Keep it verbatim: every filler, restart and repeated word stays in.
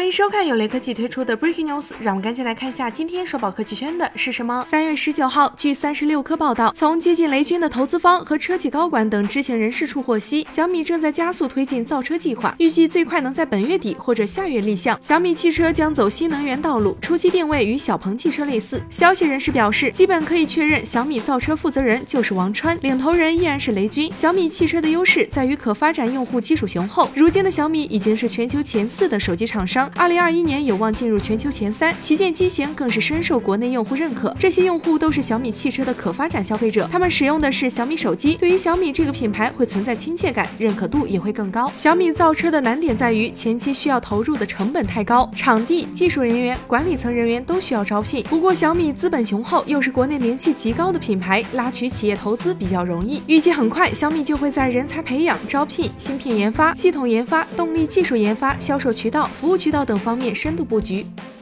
欢迎收看由雷科技推出的 Breaking News， 让我们赶紧来看一下今天首保科技圈的是什么。三月十九号，据三十六氪报道，从接近雷军的投资方和车企高管等知情人士处获悉，小米正在加速推进造车计划，预计最快能在本月底或者下月立项。小米汽车将走新能源道路，初期定位与小鹏汽车类似。消息人士表示，基本可以确认小米造车负责人就是王川，领头人依然是雷军。小米汽车的优势在于可发展用户基础雄厚，如今的小米已经是全球前四的手机厂商。二零二一年有望进入全球前三，旗舰机型更是深受国内用户认可。这些用户都是小米汽车的可发展消费者，他们使用的是小米手机，对于小米这个品牌会存在亲切感，认可度也会更高。小米造车的难点在于前期需要投入的成本太高，场地、技术人员、管理层人员都需要招聘。不过小米资本雄厚，又是国内名气极高的品牌，拉取企业投资比较容易。预计很快小米就会在人才培养、招聘、芯片研发、系统研发、动力技术研发、销售渠道、服务渠道等方面深度布局。